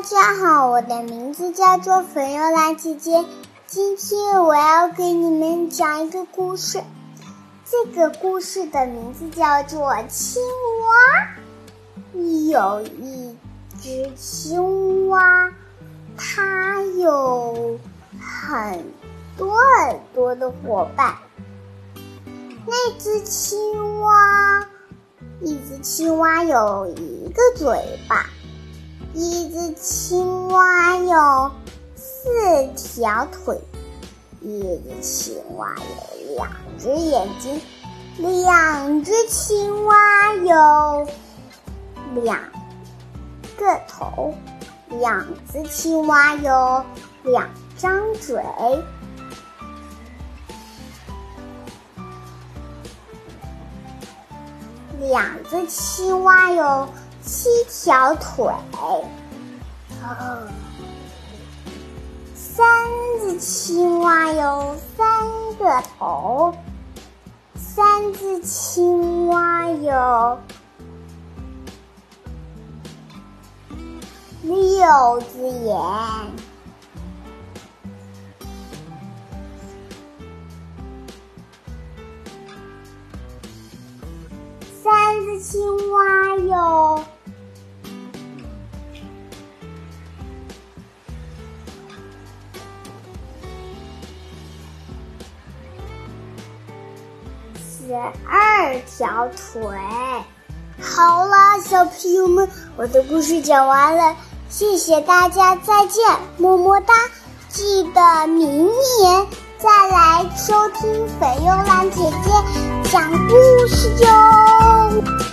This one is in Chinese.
大家好，我的名字叫做粉柚兰姐姐。今天我要给你们讲一个故事，这个故事的名字叫做青蛙。有一只青蛙，它有很多很多的伙伴。那只青蛙，一只青蛙有一个嘴巴，一只青蛙有4条腿，一只青蛙有2只眼睛，2只青蛙有2个头，2只青蛙有2张嘴，2只青蛙有7条腿，3只青蛙有3个头，3只青蛙有6只眼，3只青蛙有12条腿。好了，小朋友们，我的故事讲完了，谢谢大家，再见，么么哒！记得明年再来收听粉柚兰姐姐讲故事哟。